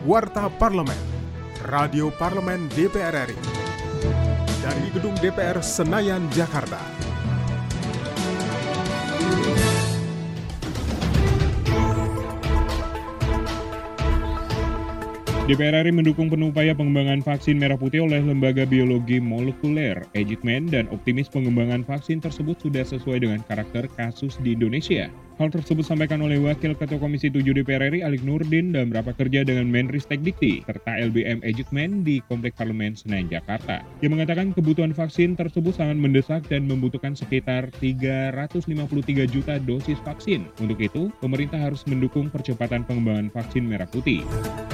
Warta Parlemen, Radio Parlemen DPR RI. Dari Gedung DPR Senayan, Jakarta. DPR RI mendukung penuh upaya pengembangan vaksin merah putih oleh Lembaga Biologi Molekuler, Eijkman, dan optimis pengembangan vaksin tersebut sudah sesuai dengan karakter kasus di Indonesia. Hal tersebut disampaikan oleh Wakil Ketua Komisi 7 DPR RI Alik Nurdin dalam rapat kerja dengan Menristek Dikti serta LBM Eijkman di Komplek Parlemen Senayan, Jakarta. Dia mengatakan kebutuhan vaksin tersebut sangat mendesak dan membutuhkan sekitar 353 juta dosis vaksin. Untuk itu, pemerintah harus mendukung percepatan pengembangan vaksin merah putih.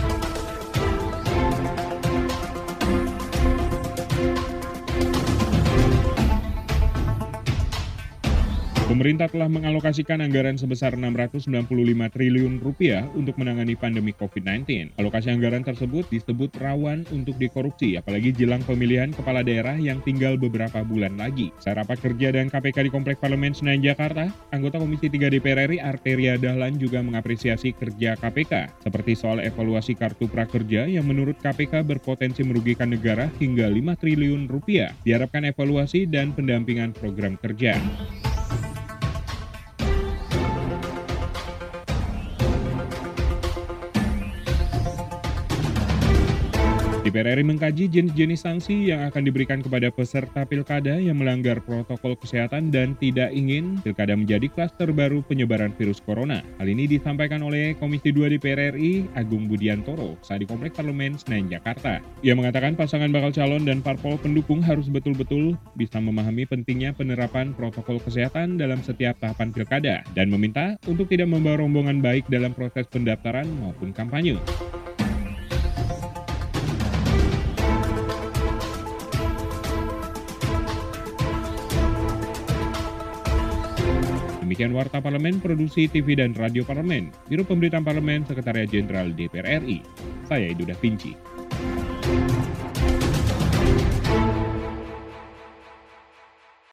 Pemerintah telah mengalokasikan anggaran sebesar Rp695 triliun untuk menangani pandemi COVID-19. Alokasi anggaran tersebut disebut rawan untuk dikorupsi, apalagi jelang pemilihan kepala daerah yang tinggal beberapa bulan lagi. Saat rapat kerja dengan KPK di Komplek Parlemen Senayan, Jakarta, anggota Komisi 3 DPR RI Arteria Dahlan juga mengapresiasi kerja KPK, seperti soal evaluasi kartu prakerja yang menurut KPK berpotensi merugikan negara hingga Rp5 triliun. Diharapkan evaluasi dan pendampingan program kerja. DPR RI mengkaji jenis-jenis sanksi yang akan diberikan kepada peserta pilkada yang melanggar protokol kesehatan dan tidak ingin pilkada menjadi klaster baru penyebaran virus corona. Hal ini disampaikan oleh Komisi 2 DPR RI Agung Budiantoro saat di Komplek Parlemen Senayan, Jakarta. Ia mengatakan pasangan bakal calon dan parpol pendukung harus betul-betul bisa memahami pentingnya penerapan protokol kesehatan dalam setiap tahapan pilkada dan meminta untuk tidak membawa rombongan baik dalam proses pendaftaran maupun kampanye. Demikian Warta Parlemen, Produksi TV dan Radio Parlemen, Biro Pemberitaan Parlemen, Sekretariat Jenderal DPR RI. Saya Edo Da Vinci.